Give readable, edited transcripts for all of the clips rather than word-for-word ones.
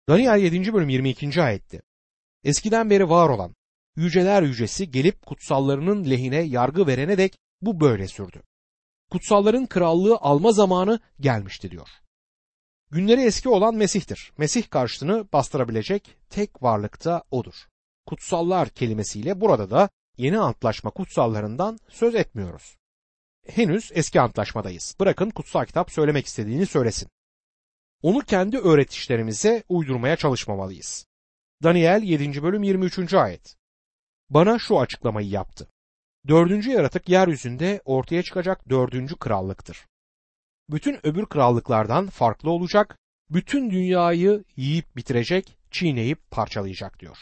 Daniel 7. bölüm 22. ayetti. Eskiden beri var olan yüceler yücesi gelip kutsallarının lehine yargı verene dek bu böyle sürdü. Kutsalların krallığı alma zamanı gelmişti diyor. Günleri eski olan Mesih'tir. Mesih karşıtını bastırabilecek tek varlık da odur. Kutsallar kelimesiyle burada da yeni antlaşma kutsallarından söz etmiyoruz. Henüz eski antlaşmadayız. Bırakın kutsal kitap söylemek istediğini söylesin. Onu kendi öğretişlerimize uydurmaya çalışmamalıyız. Daniel 7. bölüm 23. ayet. Bana şu açıklamayı yaptı. 4. yaratık yeryüzünde ortaya çıkacak 4. krallıktır. Bütün öbür krallıklardan farklı olacak, bütün dünyayı yiyip bitirecek, çiğneyip parçalayacak diyor.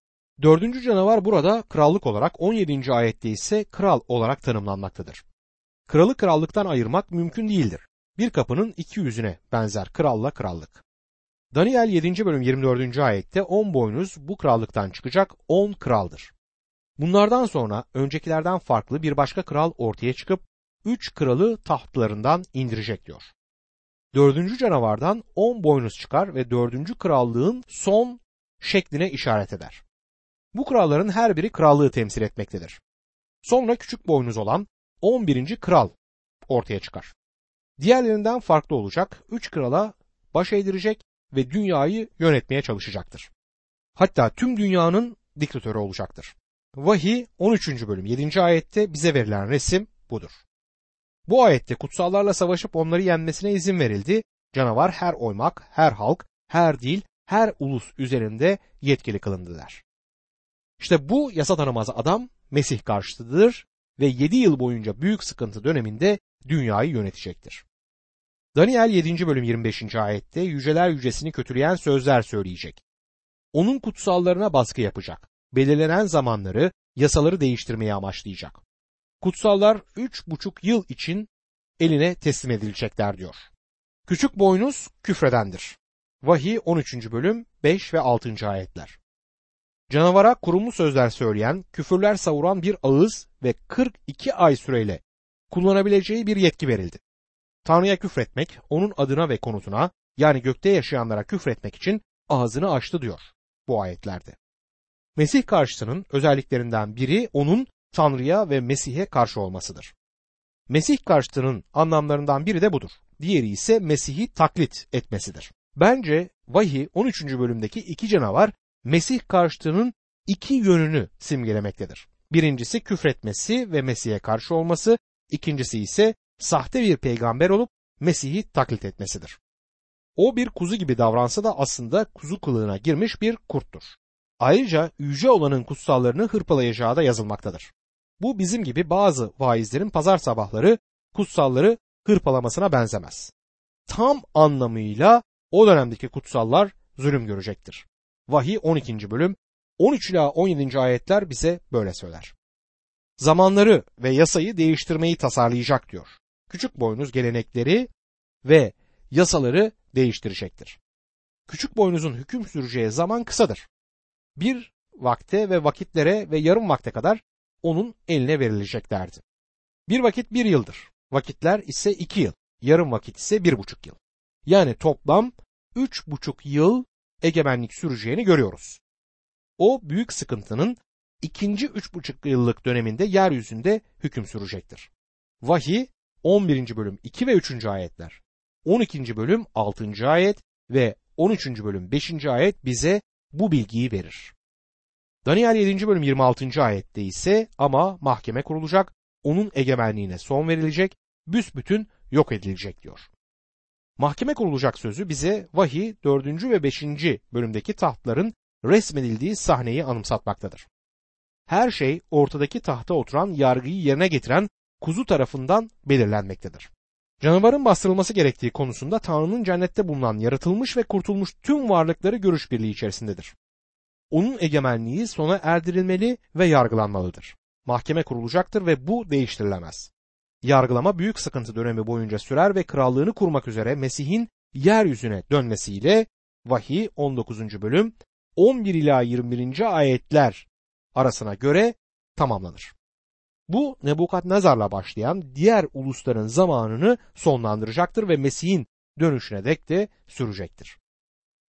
4. canavar burada krallık olarak, 17. ayette ise kral olarak tanımlanmaktadır. Kralı krallıktan ayırmak mümkün değildir. Bir kapının iki yüzüne benzer kralla krallık. Daniel 7. bölüm 24. ayette 10 boynuz bu krallıktan çıkacak 10 kraldır. Bunlardan sonra öncekilerden farklı bir başka kral ortaya çıkıp 3 kralı tahtlarından indirecek diyor. 4. canavardan 10 boynuz çıkar ve 4. krallığın son şekline işaret eder. Bu kralların her biri krallığı temsil etmektedir. Sonra küçük boynuz olan 11. kral ortaya çıkar. Diğerlerinden farklı olacak, 3 krala baş eğdirecek ve dünyayı yönetmeye çalışacaktır. Hatta tüm dünyanın diktatörü olacaktır. Vahiy 13. bölüm 7. ayette bize verilen resim budur. Bu ayette kutsallarla savaşıp onları yenmesine izin verildi. Canavar her oymak, her halk, her dil, her ulus üzerinde yetkili kılındı der. İşte bu yasa tanımaz adam Mesih karşıtıdır ve 7 yıl boyunca büyük sıkıntı döneminde dünyayı yönetecektir. Daniel 7. bölüm 25. ayette yüceler yücesini kötüleyen sözler söyleyecek. Onun kutsallarına baskı yapacak. Belirlenen zamanları, yasaları değiştirmeye amaçlayacak. Kutsallar 3,5 yıl için eline teslim edilecekler diyor. Küçük boynuz küfredendir. Vahiy 13. bölüm 5 ve 6. ayetler. Canavara kurumlu sözler söyleyen, küfürler savuran bir ağız ve 42 ay süreyle kullanabileceği bir yetki verildi. Tanrı'ya küfretmek, onun adına ve konutuna, yani gökte yaşayanlara küfretmek için ağzını açtı diyor bu ayetlerde. Mesih karşıtının özelliklerinden biri onun Tanrı'ya ve Mesih'e karşı olmasıdır. Mesih karşıtının anlamlarından biri de budur. Diğeri ise Mesih'i taklit etmesidir. Bence Vahiy 13. bölümdeki iki canavar Mesih karşıtının iki yönünü simgelemektedir. Birincisi küfretmesi ve Mesih'e karşı olması, ikincisi ise sahte bir peygamber olup Mesih'i taklit etmesidir. O bir kuzu gibi davransa da aslında kuzu kılığına girmiş bir kurttur. Ayrıca yüce olanın kutsallarını hırpalayacağı da yazılmaktadır. Bu bizim gibi bazı vaizlerin pazar sabahları kutsalları hırpalamasına benzemez. Tam anlamıyla o dönemdeki kutsallar zulüm görecektir. Vahiy 12. bölüm 13 ila 17. ayetler bize böyle söyler. Zamanları ve yasayı değiştirmeyi tasarlayacak diyor. Küçük boynuz gelenekleri ve yasaları değiştirecektir. Küçük boynuzun hüküm süreceği zaman kısadır. Bir vakte ve vakitlere ve yarım vakte kadar onun eline verileceklerdi. Bir vakit 1 yıldır. Vakitler ise 2 yıl. Yarım vakit ise 1,5 yıl. Yani toplam 3,5 yıl egemenlik süreceğini görüyoruz. O büyük sıkıntının ikinci 3,5 yıllık döneminde yeryüzünde hüküm sürecektir. Vahiy 11. bölüm 2 ve 3. ayetler, 12. bölüm 6. ayet ve 13. bölüm 5. ayet bize bu bilgiyi verir. Daniel 7. bölüm 26. ayette ise ama mahkeme kurulacak, onun egemenliğine son verilecek, büsbütün yok edilecek diyor. Mahkeme kurulacak sözü bize Vahiy 4. ve 5. bölümdeki tahtların resmedildiği sahneyi anımsatmaktadır. Her şey ortadaki tahta oturan yargıyı yerine getiren kuzu tarafından belirlenmektedir. Canavarın bastırılması gerektiği konusunda Tanrı'nın cennette bulunan yaratılmış ve kurtulmuş tüm varlıkları görüş birliği içerisindedir. Onun egemenliği sona erdirilmeli ve yargılanmalıdır. Mahkeme kurulacaktır ve bu değiştirilemez. Yargılama büyük sıkıntı dönemi boyunca sürer ve krallığını kurmak üzere Mesih'in yeryüzüne dönmesiyle Vahiy 19. bölüm 11 ila 21. ayetler arasına göre tamamlanır. Bu Nebukadnezar'la başlayan diğer ulusların zamanını sonlandıracaktır ve Mesih'in dönüşüne dek de sürecektir.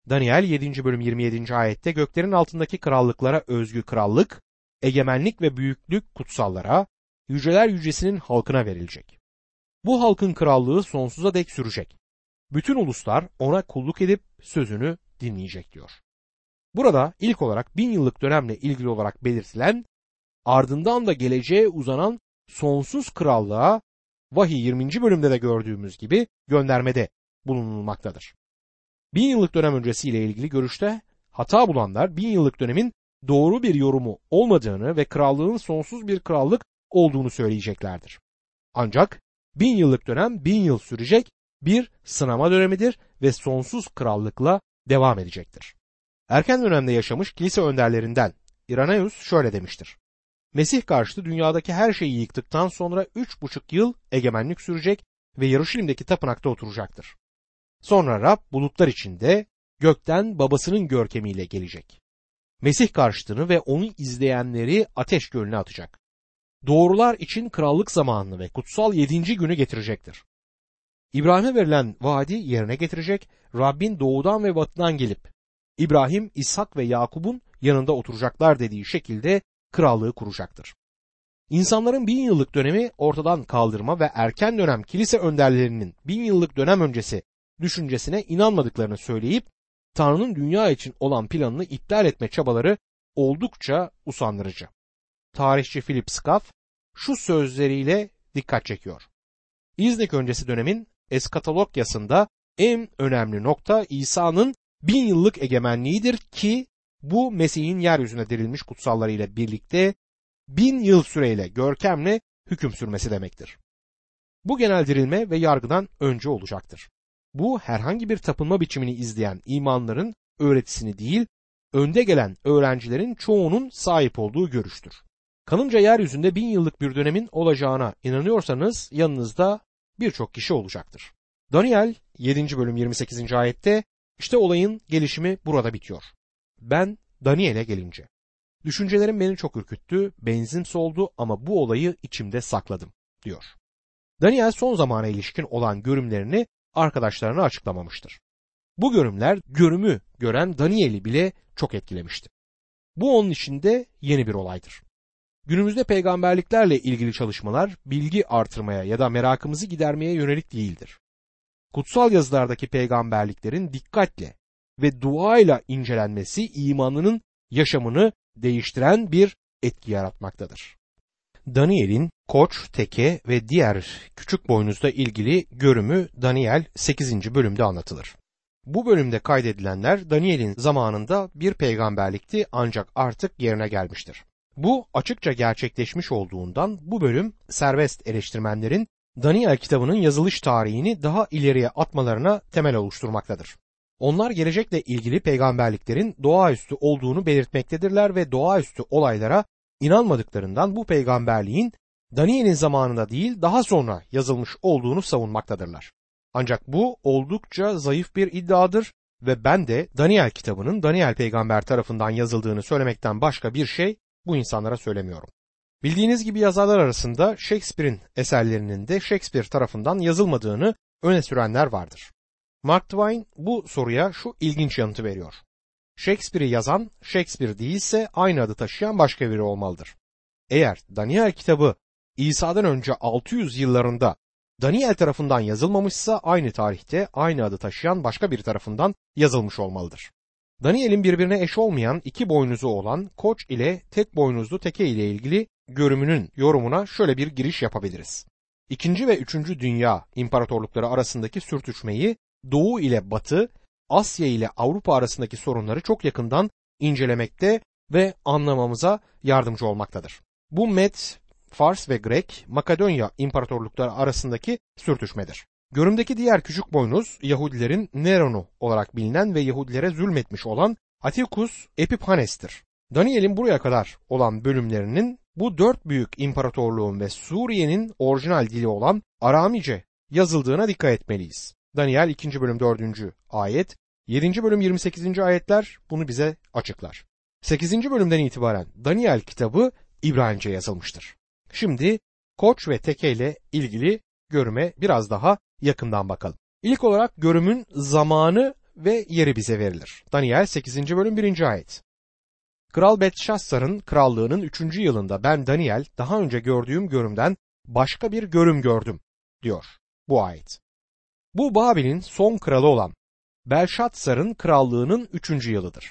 Daniel 7. bölüm 27. ayette göklerin altındaki krallıklara özgü krallık, egemenlik ve büyüklük kutsallara, yüceler yücesinin halkına verilecek. Bu halkın krallığı sonsuza dek sürecek. Bütün uluslar ona kulluk edip sözünü dinleyecek diyor. Burada ilk olarak 1000 yıllık dönemle ilgili olarak belirtilen, ardından da geleceğe uzanan sonsuz krallığa Vahiy 20. bölümde de gördüğümüz gibi göndermede bulunulmaktadır. 1000 yıllık dönem öncesiyle ilgili görüşte hata bulanlar 1000 yıllık dönemin doğru bir yorumu olmadığını ve krallığın sonsuz bir krallık olduğunu söyleyeceklerdir. Ancak 1000 yıllık dönem 1000 yıl sürecek bir sınama dönemidir ve sonsuz krallıkla devam edecektir. Erken dönemde yaşamış kilise önderlerinden İrenaeus şöyle demiştir. Mesih karşıtı dünyadaki her şeyi yıktıktan sonra 3,5 yıl egemenlik sürecek ve Yaruşilim'deki tapınakta oturacaktır. Sonra Rab bulutlar içinde gökten babasının görkemiyle gelecek. Mesih karşıtını ve onu izleyenleri ateş gölüne atacak. Doğrular için krallık zamanını ve kutsal 7. günü getirecektir. İbrahim'e verilen vaadi yerine getirecek, Rabbin doğudan ve batıdan gelip İbrahim, İshak ve Yakub'un yanında oturacaklar dediği şekilde krallığı kuracaktır. İnsanların 1000 yıllık dönemi ortadan kaldırma ve erken dönem kilise önderlerinin 1000 yıllık dönem öncesi düşüncesine inanmadıklarını söyleyip Tanrı'nın dünya için olan planını iptal etme çabaları oldukça usandırıcı. Tarihçi Philip Schaff şu sözleriyle dikkat çekiyor. İznik öncesi dönemin eskatologyasında en önemli nokta İsa'nın 1000 yıllık egemenliğidir ki bu Mesih'in yeryüzüne dirilmiş kutsallarıyla birlikte 1000 yıl süreyle görkemle hüküm sürmesi demektir. Bu genel dirilme ve yargıdan önce olacaktır. Bu herhangi bir tapınma biçimini izleyen imanların öğretisini değil, önde gelen öğrencilerin çoğunun sahip olduğu görüştür. Kanımca yeryüzünde 1000 yıllık bir dönemin olacağına inanıyorsanız yanınızda birçok kişi olacaktır. Daniel 7. bölüm 28. ayette işte olayın gelişimi burada bitiyor. Ben Daniel'e gelince. Düşüncelerim beni çok ürküttü, benzin soldu ama bu olayı içimde sakladım diyor. Daniel son zamana ilişkin olan görümlerini arkadaşlarına açıklamamıştır. Bu görümler görümü gören Daniel'i bile çok etkilemişti. Bu onun için de yeni bir olaydır. Günümüzde peygamberliklerle ilgili çalışmalar bilgi artırmaya ya da merakımızı gidermeye yönelik değildir. Kutsal yazılardaki peygamberliklerin dikkatle ve duayla incelenmesi imanının yaşamını değiştiren bir etki yaratmaktadır. Daniel'in koç, teke ve diğer küçük boynuzla ilgili görümü Daniel 8. bölümde anlatılır. Bu bölümde kaydedilenler Daniel'in zamanında bir peygamberlikti ancak artık yerine gelmiştir. Bu açıkça gerçekleşmiş olduğundan bu bölüm serbest eleştirmenlerin Daniel kitabının yazılış tarihini daha ileriye atmalarına temel oluşturmaktadır. Onlar gelecekle ilgili peygamberliklerin doğaüstü olduğunu belirtmektedirler ve doğaüstü olaylara inanmadıklarından bu peygamberliğin Daniel'in zamanında değil daha sonra yazılmış olduğunu savunmaktadırlar. Ancak bu oldukça zayıf bir iddiadır ve ben de Daniel kitabının Daniel peygamber tarafından yazıldığını söylemekten başka bir şey bu insanlara söylemiyorum. Bildiğiniz gibi yazarlar arasında Shakespeare'in eserlerinin de Shakespeare tarafından yazılmadığını öne sürenler vardır. Mark Twain bu soruya şu ilginç yanıtı veriyor. Shakespeare'i yazan Shakespeare değilse aynı adı taşıyan başka biri olmalıdır. Eğer Daniel kitabı İsa'dan önce 600 yıllarında Daniel tarafından yazılmamışsa aynı tarihte aynı adı taşıyan başka biri tarafından yazılmış olmalıdır. Daniel'in birbirine eş olmayan iki boynuzu olan koç ile tek boynuzlu teke ile ilgili görümünün yorumuna şöyle bir giriş yapabiliriz. İkinci ve üçüncü dünya imparatorlukları arasındaki sürtüşmeyi Doğu ile Batı, Asya ile Avrupa arasındaki sorunları çok yakından incelemekte ve anlamamıza yardımcı olmaktadır. Bu Med, Fars ve Grek, Makedonya imparatorlukları arasındaki sürtüşmedir. Görümdeki diğer küçük boynuz Yahudilerin Neron'u olarak bilinen ve Yahudilere zulmetmiş olan Antiochus Epiphanes'tir. Daniel'in buraya kadar olan bölümlerinin bu dört büyük imparatorluğun ve Suriye'nin orijinal dili olan Aramice yazıldığına dikkat etmeliyiz. Daniel 2. bölüm 4. ayet, 7. bölüm 28. ayetler bunu bize açıklar. 8. bölümden itibaren Daniel kitabı İbranice yazılmıştır. Şimdi koç ve teke ile ilgili görüme biraz daha yakından bakalım. İlk olarak görümün zamanı ve yeri bize verilir. Daniel 8. bölüm 1. ayet. Kral Beltşazzar'ın krallığının 3. yılında ben Daniel daha önce gördüğüm görümden başka bir görüm gördüm diyor bu ayet. Bu Babil'in son kralı olan Belşazzar'ın krallığının 3. yılıdır.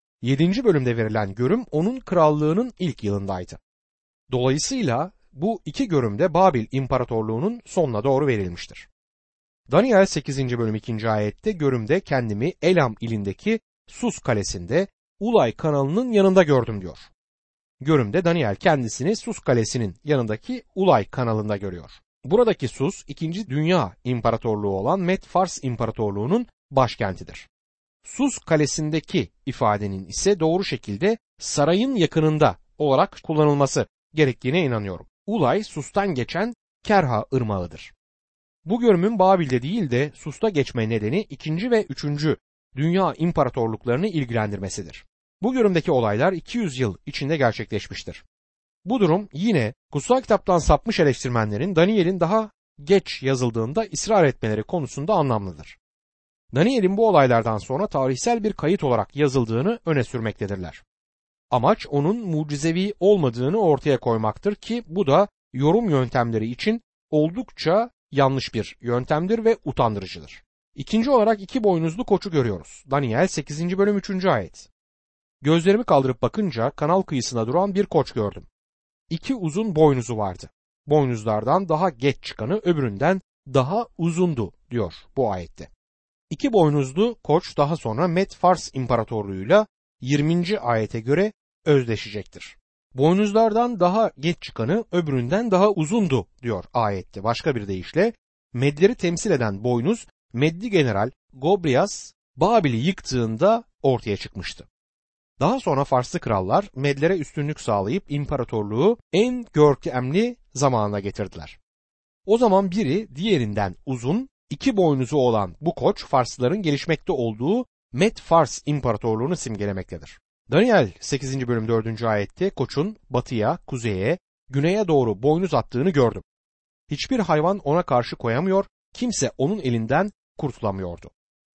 7. bölümde verilen görüm onun krallığının ilk yılındaydı. Dolayısıyla bu iki görüm de Babil İmparatorluğu'nun sonuna doğru verilmiştir. Daniel 8. bölüm 2. ayette görümde kendimi Elam ilindeki Sus kalesinde Ulay kanalının yanında gördüm diyor. Görümde Daniel kendisini Sus kalesinin yanındaki Ulay kanalında görüyor. Buradaki Sus 2. Dünya İmparatorluğu olan Med-Fars İmparatorluğu'nun başkentidir. Sus kalesindeki ifadenin ise doğru şekilde sarayın yakınında olarak kullanılması gerektiğine inanıyorum. Ulay Sus'tan geçen Kerha ırmağıdır. Bu görümün Babil'de değil de Sus'ta geçme nedeni 2. ve 3. Dünya İmparatorluklarını ilgilendirmesidir. Bu görümdeki olaylar 200 yıl içinde gerçekleşmiştir. Bu durum yine kutsal kitaptan sapmış eleştirmenlerin Daniel'in daha geç yazıldığında ısrar etmeleri konusunda anlamlıdır. Daniel'in bu olaylardan sonra tarihsel bir kayıt olarak yazıldığını öne sürmektedirler. Amaç onun mucizevi olmadığını ortaya koymaktır ki bu da yorum yöntemleri için oldukça yanlış bir yöntemdir ve utandırıcıdır. İkinci olarak iki boynuzlu koçu görüyoruz. Daniel 8. bölüm 3. ayet. Gözlerimi kaldırıp bakınca kanal kıyısında duran bir koç gördüm. İki uzun boynuzu vardı. Boynuzlardan daha geç çıkanı öbüründen daha uzundu diyor bu ayette. İki boynuzlu koç daha sonra Med-Fars İmparatorluğu'yla 20. ayete göre özdeşecektir. Boynuzlardan daha geç çıkanı öbüründen daha uzundu diyor ayette. Başka bir deyişle Medleri temsil eden boynuz Meddi General Gobrias Babil'i yıktığında ortaya çıkmıştı. Daha sonra Farslı krallar Medlere üstünlük sağlayıp imparatorluğu en görkemli zamanına getirdiler. O zaman biri diğerinden uzun, iki boynuzu olan bu koç Farslıların gelişmekte olduğu Med-Fars İmparatorluğunu simgelemektedir. Daniel 8. bölüm 4. ayette koçun batıya, kuzeye, güneye doğru boynuz attığını gördüm. Hiçbir hayvan ona karşı koyamıyor, kimse onun elinden kurtulamıyordu.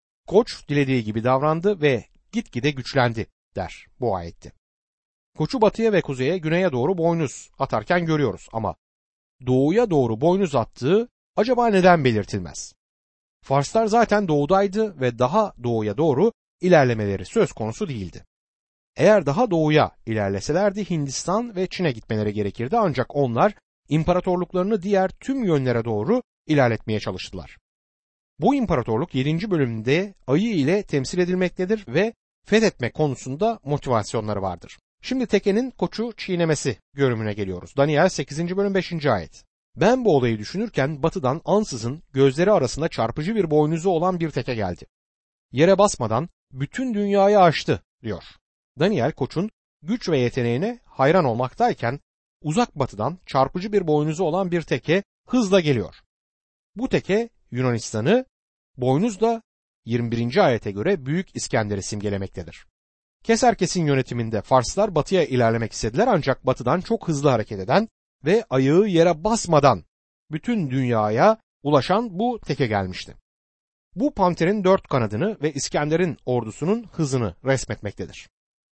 Koç dilediği gibi davrandı ve gitgide güçlendi der bu ayette. Koçu batıya ve kuzeye, güneye doğru boynuz atarken görüyoruz ama doğuya doğru boynuz attığı acaba neden belirtilmez? Farslar zaten doğudaydı ve daha doğuya doğru ilerlemeleri söz konusu değildi. Eğer daha doğuya ilerleselerdi Hindistan ve Çin'e gitmeleri gerekirdi ancak onlar imparatorluklarını diğer tüm yönlere doğru ilerletmeye çalıştılar. Bu imparatorluk 7. bölümde ayı ile temsil edilmektedir ve fethetme konusunda motivasyonları vardır. Şimdi tekenin koçu çiğnemesi görümüne geliyoruz. Daniel 8. bölüm 5. ayet. Ben bu olayı düşünürken batıdan ansızın gözleri arasında çarpıcı bir boynuzu olan bir teke geldi. Yere basmadan bütün dünyayı aştı diyor. Daniel koçun güç ve yeteneğine hayran olmaktayken uzak batıdan çarpıcı bir boynuzu olan bir teke hızla geliyor. Bu teke Yunanistan'ı, boynuz da 21. ayete göre Büyük İskender'i simgelemektedir. Keserkes'in yönetiminde Farslar batıya ilerlemek istediler ancak batıdan çok hızlı hareket eden ve ayağı yere basmadan bütün dünyaya ulaşan bu teke gelmişti. Bu panterin 4 kanadını ve İskender'in ordusunun hızını resmetmektedir.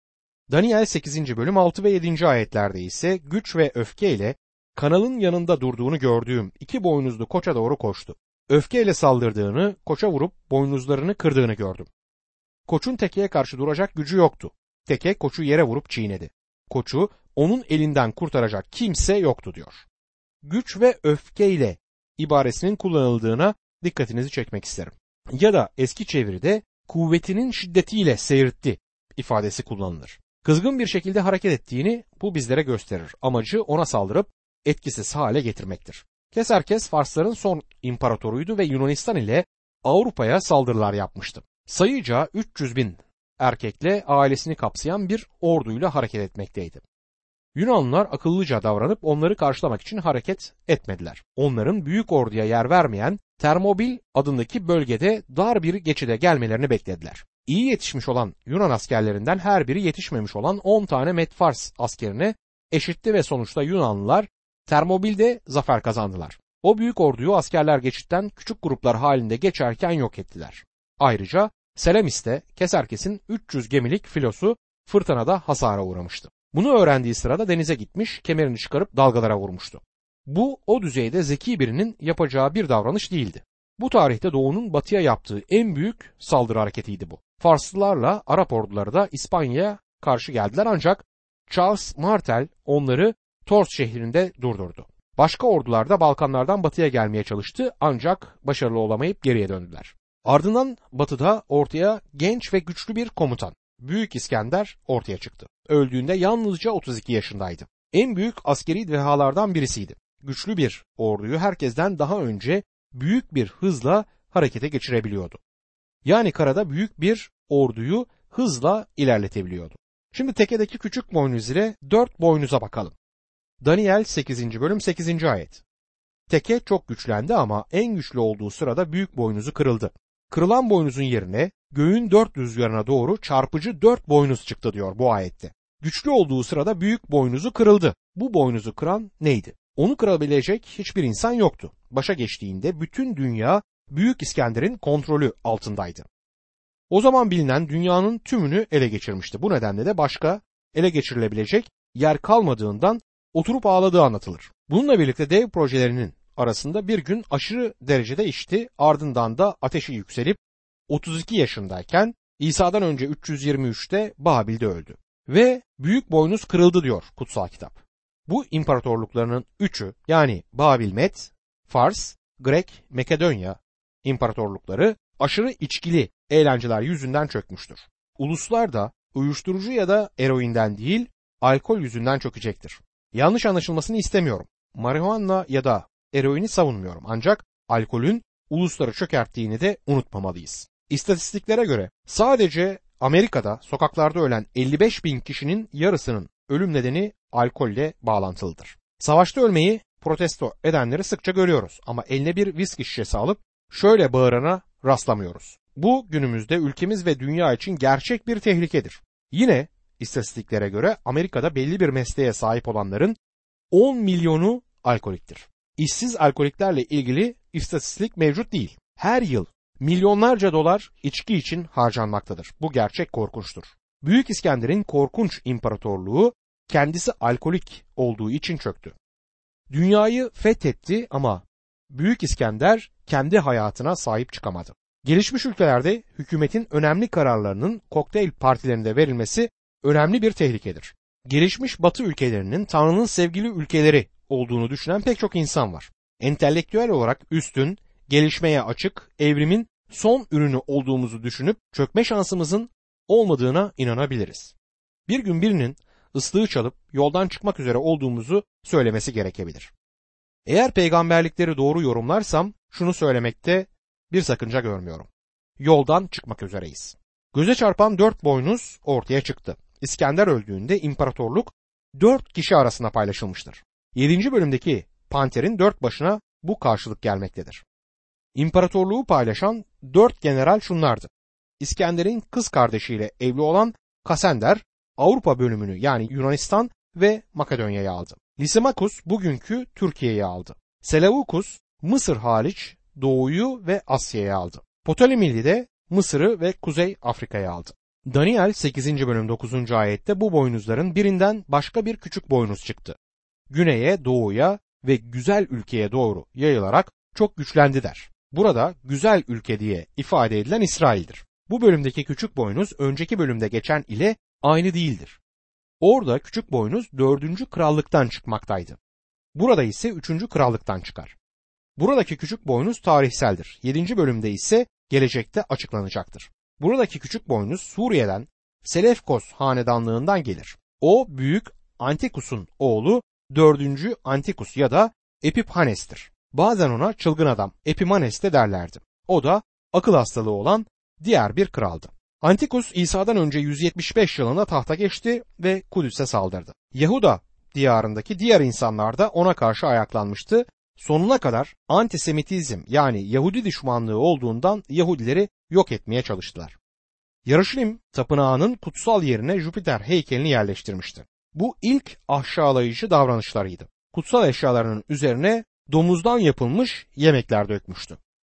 Daniel 8. bölüm 6 ve 7. ayetlerde ise güç ve öfkeyle kanalın yanında durduğunu gördüğüm iki boynuzlu koça doğru koştu. Öfkeyle saldırdığını, koça vurup boynuzlarını kırdığını gördüm. Koçun tekeye karşı duracak gücü yoktu. Teke koçu yere vurup çiğnedi. Koçu onun elinden kurtaracak kimse yoktu diyor. Güç ve öfkeyle ibaresinin kullanıldığına dikkatinizi çekmek isterim. Ya da eski çeviride kuvvetinin şiddetiyle seyirtti ifadesi kullanılır. Kızgın bir şekilde hareket ettiğini bu bizlere gösterir. Amacı ona saldırıp etkisiz hale getirmektir. Keserkes Farsların son imparatoruydu ve Yunanistan ile Avrupa'ya saldırılar yapmıştı. Sayıca 300 bin erkekle ailesini kapsayan bir orduyla hareket etmekteydi. Yunanlılar akıllıca davranıp onları karşılamak için hareket etmediler. Onların büyük orduya yer vermeyen Termobil adındaki bölgede dar bir geçide gelmelerini beklediler. İyi yetişmiş olan Yunan askerlerinden her biri yetişmemiş olan 10 tane Med-Fars askerine eşitti ve sonuçta Yunanlılar Termobil'de zafer kazandılar. O büyük orduyu askerler geçitten küçük gruplar halinde geçerken yok ettiler. Ayrıca Selemis'te Keserkes'in 300 gemilik filosu fırtınada hasara uğramıştı. Bunu öğrendiği sırada denize gitmiş, kemerini çıkarıp dalgalara vurmuştu. Bu o düzeyde zeki birinin yapacağı bir davranış değildi. Bu tarihte Doğu'nun batıya yaptığı en büyük saldırı hareketiydi bu. Farslılarla Arap orduları da İspanya'ya karşı geldiler ancak Charles Martel onları Tours şehrinde durdurdu. Başka ordular da Balkanlardan batıya gelmeye çalıştı ancak başarılı olamayıp geriye döndüler. Ardından batıda ortaya genç ve güçlü bir komutan, Büyük İskender ortaya çıktı. Öldüğünde yalnızca 32 yaşındaydı. En büyük askeri dehalardan birisiydi. Güçlü bir orduyu herkesten daha önce büyük bir hızla harekete geçirebiliyordu. Yani karada büyük bir orduyu hızla ilerletebiliyordu. Şimdi tekedeki küçük boynuz ile 4 boynuza bakalım. Daniel 8. bölüm 8. ayet. Teke çok güçlendi ama en güçlü olduğu sırada büyük boynuzu kırıldı. Kırılan boynuzun yerine göğün 4 rüzgarına doğru çarpıcı 4 boynuz çıktı diyor bu ayette. Güçlü olduğu sırada büyük boynuzu kırıldı. Bu boynuzu kıran neydi? Onu kırabilecek hiçbir insan yoktu. Başa geçtiğinde bütün dünya Büyük İskender'in kontrolü altındaydı. O zaman bilinen dünyanın tümünü ele geçirmişti. Bu nedenle de başka ele geçirilebilecek yer kalmadığından oturup ağladığı anlatılır. Bununla birlikte dev projelerinin arasında bir gün aşırı derecede içti, ardından da ateşi yükselip 32 yaşındayken İsa'dan önce 323'te Babil'de öldü. Ve büyük boynuz kırıldı diyor kutsal kitap. Bu imparatorluklarının üçü yani Babil Med, Fars, Grek, Makedonya imparatorlukları aşırı içkili eğlenceler yüzünden çökmüştür. Uluslar da uyuşturucu ya da eroinden değil, alkol yüzünden çökecektir. Yanlış anlaşılmasını istemiyorum. Marihuana ya da eroini savunmuyorum ancak alkolün ulusları çökerttiğini de unutmamalıyız. İstatistiklere göre sadece Amerika'da sokaklarda ölen 55 bin kişinin yarısının ölüm nedeni alkolle bağlantılıdır. Savaşta ölmeyi protesto edenleri sıkça görüyoruz ama eline bir viski şişesi alıp şöyle bağırana rastlamıyoruz. Bu günümüzde ülkemiz ve dünya için gerçek bir tehlikedir. Yine istatistiklere göre Amerika'da belli bir mesleğe sahip olanların 10 milyonu alkoliktir. İşsiz alkoliklerle ilgili istatistik mevcut değil. Her yıl milyonlarca dolar içki için harcanmaktadır. Bu gerçek korkunçtur. Büyük İskender'in korkunç imparatorluğu kendisi alkolik olduğu için çöktü. Dünyayı fethetti ama Büyük İskender kendi hayatına sahip çıkamadı. Gelişmiş ülkelerde hükümetin önemli kararlarının kokteyl partilerinde verilmesi önemli bir tehlikedir. Gelişmiş Batı ülkelerinin Tanrı'nın sevgili ülkeleri olduğunu düşünen pek çok insan var. Entelektüel olarak üstün, gelişmeye açık, evrimin son ürünü olduğumuzu düşünüp çökme şansımızın olmadığına inanabiliriz. Bir gün birinin ıslığı çalıp yoldan çıkmak üzere olduğumuzu söylemesi gerekebilir. Eğer peygamberlikleri doğru yorumlarsam şunu söylemekte bir sakınca görmüyorum. Yoldan çıkmak üzereyiz. Göze çarpan 4 boynuz ortaya çıktı. İskender öldüğünde imparatorluk 4 kişi arasında paylaşılmıştır. 7. bölümdeki panterin 4 başına bu karşılık gelmektedir. İmparatorluğu paylaşan 4 general şunlardı. İskender'in kız kardeşiyle evli olan Kasender, Avrupa bölümünü yani Yunanistan ve Makedonya'yı aldı. Lysimachus bugünkü Türkiye'yi aldı. Seleukus Mısır hariç Doğu'yu ve Asya'yı aldı. Ptolemili de Mısır'ı ve Kuzey Afrika'yı aldı. Daniel 8. bölüm 9. ayette bu boynuzların birinden başka bir küçük boynuz çıktı. Güneye, doğuya ve güzel ülkeye doğru yayılarak çok güçlendi der. Burada güzel ülke diye ifade edilen İsrail'dir. Bu bölümdeki küçük boynuz önceki bölümde geçen ile aynı değildir. Orada küçük boynuz 4. krallıktan çıkmaktaydı. Burada ise 3. krallıktan çıkar. Buradaki küçük boynuz tarihseldir. 7. bölümde ise gelecekte açıklanacaktır. Buradaki küçük boynuz Suriye'den Selefkos hanedanlığından gelir. O büyük Antikus'un oğlu 4. Antikus ya da Epiphanes'tir. Bazen ona çılgın adam Epimanes de derlerdi. O da akıl hastalığı olan diğer bir kraldı. Antikus İsa'dan önce 175 yılında tahta geçti ve Kudüs'e saldırdı. Yahuda diyarındaki diğer insanlar da ona karşı ayaklanmıştı. Sonuna kadar antisemitizm yani Yahudi düşmanlığı olduğundan Yahudileri yok etmeye çalıştılar. Yarışilim tapınağının kutsal yerine Jüpiter heykelini yerleştirmişti. Bu ilk aşağılayıcı davranışlarıydı. Kutsal eşyalarının üzerine domuzdan yapılmış yemekler dökmüştü.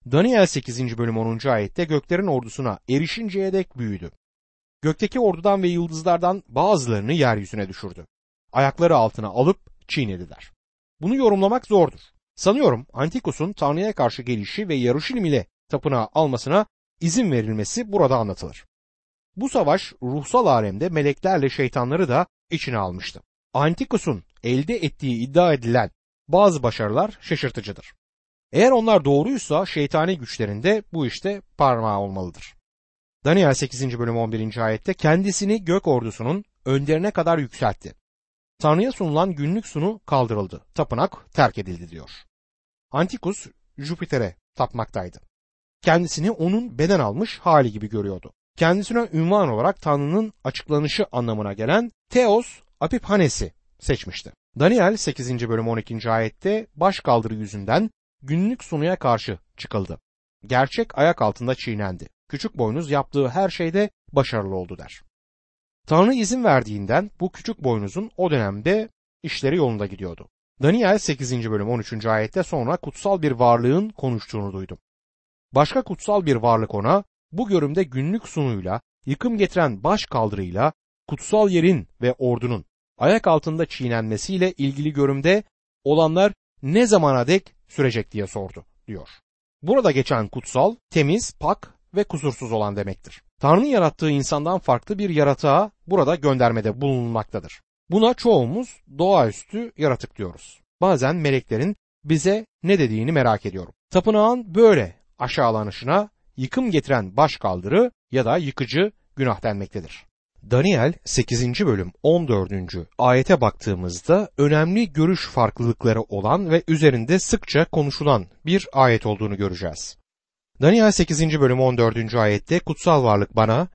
Daniel 8. bölüm 10. ayette göklerin ordusuna erişinceye dek büyüdü. Gökteki ordudan ve yıldızlardan bazılarını yeryüzüne düşürdü. Ayakları altına alıp çiğnediler. Bunu yorumlamak zordur. Sanıyorum Antikus'un Tanrı'ya karşı gelişi ve Yaruşilim ile tapınağı almasına izin verilmesi burada anlatılır. Bu savaş ruhsal alemde meleklerle şeytanları da içine almıştı. Antikus'un elde ettiği iddia edilen bazı başarılar şaşırtıcıdır. Eğer onlar doğruysa şeytani güçlerinde bu işte parmağı olmalıdır. Daniel 8. bölüm 11. ayette kendisini gök ordusunun önderine kadar yükseltti. Tanrı'ya sunulan günlük sunu kaldırıldı. Tapınak terk edildi diyor. Antikus Jüpiter'e tapmaktaydı. Kendisini onun beden almış hali gibi görüyordu. Kendisine ünvan olarak Tanrı'nın açıklanışı anlamına gelen Theos Apiphanes'i seçmişti. Daniel 8. bölüm 12. ayette başkaldırı yüzünden günlük sunuya karşı çıkıldı. Gerçek ayak altında çiğnendi. Küçük boynuz yaptığı her şeyde başarılı oldu der. Tanrı izin verdiğinden bu küçük boynuzun o dönemde işleri yolunda gidiyordu. Daniel 8. bölüm 13. ayette sonra kutsal bir varlığın konuştuğunu duydum. Başka kutsal bir varlık ona bu görümde günlük sunuyla, yıkım getiren baş kaldırıyla, kutsal yerin ve ordunun ayak altında çiğnenmesiyle ilgili görümde olanlar ne zamana dek sürecek diye sordu diyor. Burada geçen kutsal, temiz, pak ve kusursuz olan demektir. Tanrı yarattığı insandan farklı bir yaratığa burada göndermede bulunmaktadır. Buna çoğumuz doğaüstü yaratık diyoruz. Bazen meleklerin bize ne dediğini merak ediyorum. Tapınağın böyle aşağılanışına yıkım getiren başkaldırı ya da yıkıcı günah denmektedir. Daniel 8. bölüm 14. ayete baktığımızda önemli görüş farklılıkları olan ve üzerinde sıkça konuşulan bir ayet olduğunu göreceğiz. Daniel 8. bölüm 14. ayette kutsal varlık bana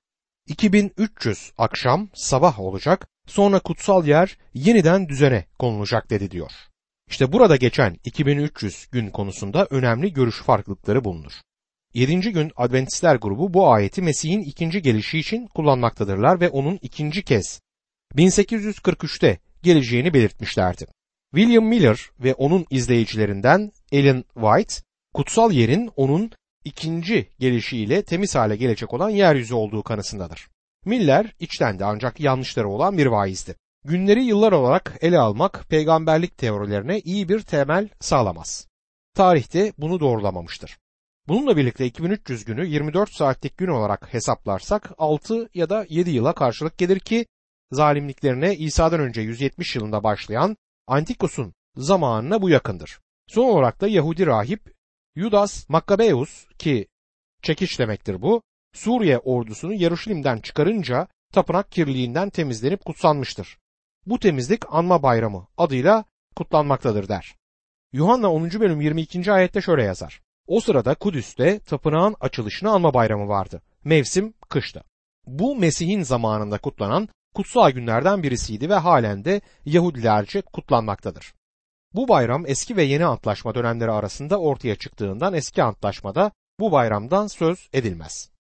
2300 akşam sabah olacak, sonra kutsal yer yeniden düzene konulacak dedi diyor. İşte burada geçen 2300 gün konusunda önemli görüş farklılıkları bulunur. 7. gün Adventistler grubu bu ayeti Mesih'in ikinci gelişi için kullanmaktadırlar ve onun ikinci kez 1843'te geleceğini belirtmişlerdi. William Miller ve onun izleyicilerinden Ellen White, kutsal yerin onun ikinci gelişiyle temiz hale gelecek olan yeryüzü olduğu kanısındadır. Miller içten de ancak yanlışları olan bir vaizdi. Günleri yıllar olarak ele almak peygamberlik teorilerine iyi bir temel sağlamaz. Tarihte bunu doğrulamamıştır. Bununla birlikte 2300 günü 24 saatlik gün olarak hesaplarsak 6 ya da 7 yıla karşılık gelir ki zalimliklerine İsa'dan önce 170 yılında başlayan Antikus'un zamanına bu yakındır. Son olarak da Yahudi rahip Judas Makkabeus ki çekiç demektir bu, Suriye ordusunu Yaruşilim'den çıkarınca tapınak kirliliğinden temizlenip kutsanmıştır. Bu temizlik anma bayramı adıyla kutlanmaktadır der. Yuhanna 10. bölüm 22. ayette şöyle yazar. O sırada Kudüs'te tapınağın açılışını anma bayramı vardı. Mevsim kıştı. Bu Mesih'in zamanında kutlanan kutsal günlerden birisiydi ve halen de Yahudilerce kutlanmaktadır. Bu bayram eski ve yeni antlaşma dönemleri arasında ortaya çıktığından eski antlaşmada bu bayramdan söz edilmez.